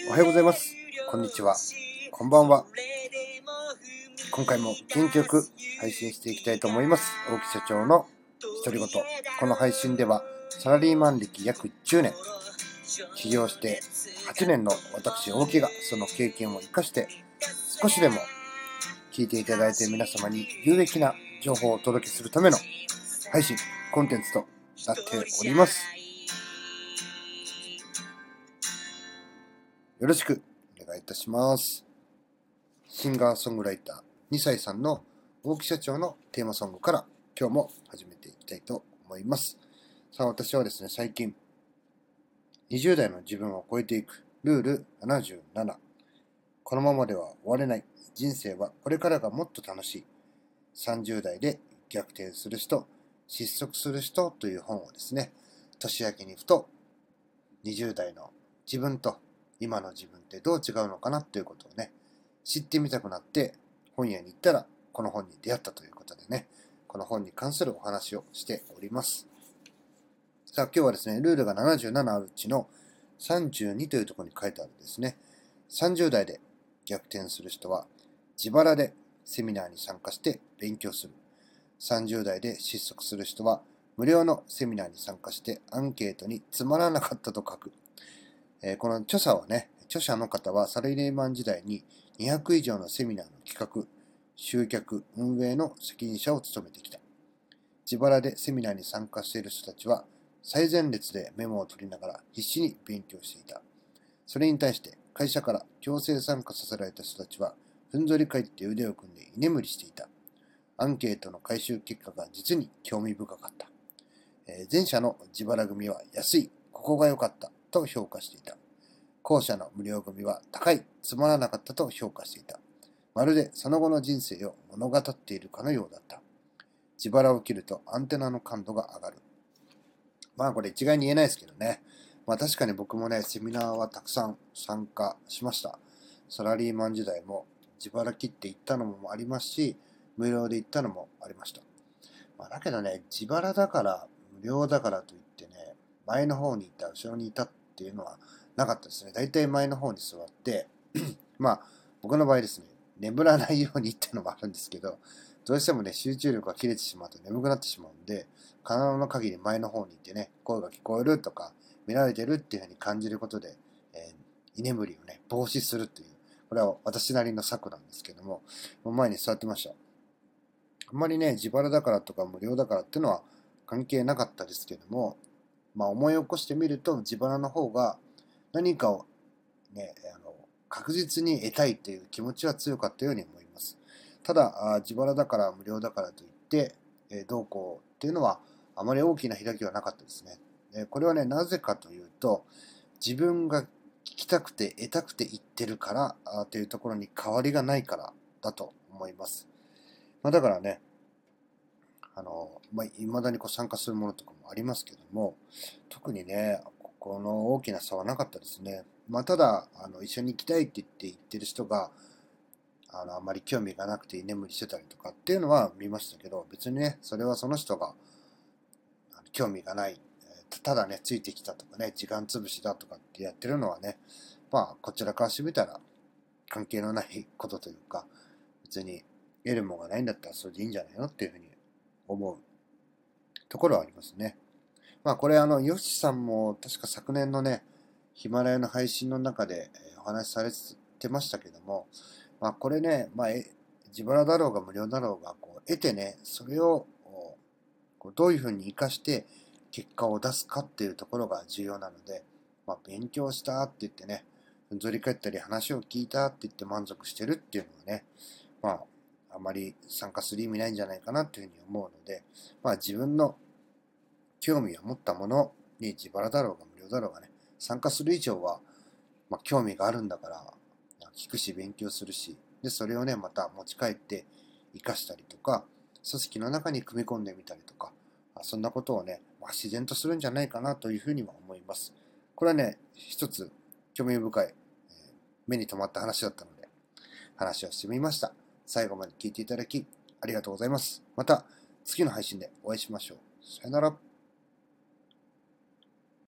おはようございます。こんにちは。こんばんは。今回も元気よく配信していきたいと思います。大木社長の独り言。この配信ではサラリーマン歴約10年、起業して8年の私大木がその経験を生かして少しでも聞いていただいて皆様に有益な情報をお届けするための配信コンテンツとなっております。よろしくお願いいたします。シンガーソングライター2歳さんの大木社長のテーマソングから今日も始めていきたいと思います。さあ、私はですね、最近20代の自分を超えていくルール77、このままでは終われない、人生はこれからがもっと楽しい、30代で逆転する人、失速する人という本をですね、年明けにふと20代の自分と今の自分ってどう違うのかなということをね、知ってみたくなって本屋に行ったらこの本に出会ったということでね、この本に関するお話をしております。さあ、今日はですね、ルールが77あるうちの32というところに書いてあるですね、30代で逆転する人は自腹でセミナーに参加して勉強する。30代で失速する人は無料のセミナーに参加してアンケートにつまらなかったと書く。この著者の方はサラリーマン時代に200以上のセミナーの企画、集客、運営の責任者を務めてきた。自腹でセミナーに参加している人たちは最前列でメモを取りながら必死に勉強していた。それに対して会社から強制参加させられた人たちはふんぞり返って腕を組んで居眠りしていた。アンケートの回収結果が実に興味深かった。前者の自腹組は安い、ここが良かったと評価していた。後者の無料組は高い、つまらなかったと評価していた。まるでその後の人生を物語っているかのようだった。自腹を切るとアンテナの感度が上がる。まあこれ一概に言えないですけどね。まあ確かに僕もね、セミナーはたくさん参加しました。サラリーマン時代も自腹切って行ったのもありますし、無料で行ったのもありました。まあ、だけどね、自腹だから、無料だからといってね、前の方にいた、後ろにいたっていうのはなかったですね。だいたい前の方に座って、まあ、僕の場合ですね、眠らないようにっていうのもあるんですけど、どうしてもね、集中力が切れてしまうと眠くなってしまうんで、可能な限り前の方にいてね、声が聞こえるとか、見られてるっていうふうに感じることで、居眠りをね、防止するという、これは私なりの策なんですけども、前に座ってました。あんまりね、自腹だからとか無料だからっていうのは関係なかったですけども、まあ思い起こしてみると自腹の方が何かをね、確実に得たいという気持ちは強かったように思います。ただ、自腹だから無料だからといって、どうこうっていうのはあまり大きな開きはなかったですね。これはね、なぜかというと、自分が聞きたくて得たくて言ってるからというところに変わりがないからだと思います。まあ、だからね、未だに参加するものとかもありますけども、特にね、この大きな差はなかったですね。まあ、ただ、一緒に行きたいって言ってる人が、あまり興味がなくて居眠りしてたりとかっていうのは見ましたけど、別にね、それはその人が興味がない、ただね、ついてきたとかね、時間潰しだとかってやってるのはね、まあ、こちらからしてみたら関係のないことというか、別に得るものがないんだったらそれでいいんじゃないのっていうふうに思うところはありますね。まあこれヨシさんも確か昨年のね、ヒマラヤの配信の中でお話しされてましたけども、まあこれね、まあ自腹だろうが無料だろうが、得てね、それをどういうふうに活かして結果を出すかっていうところが重要なので、まあ勉強したって言ってね、ふんぞり返ったり話を聞いたって言って満足してるっていうのはね、まああまり参加する意味ないんじゃないかなというふうに思うので、まあ自分の興味を持ったものに自腹だろうが無料だろうがね、参加する以上は、まあ、興味があるんだから、聞くし勉強するし、で、それをね、また持ち帰って活かしたりとか、組織の中に組み込んでみたりとか、そんなことをね、まあ、自然とするんじゃないかなというふうには思います。これはね、一つ興味深い、目に留まった話だったので、話をしてみました。最後まで聞いていただき、ありがとうございます。また次の配信でお会いしましょう。さよなら。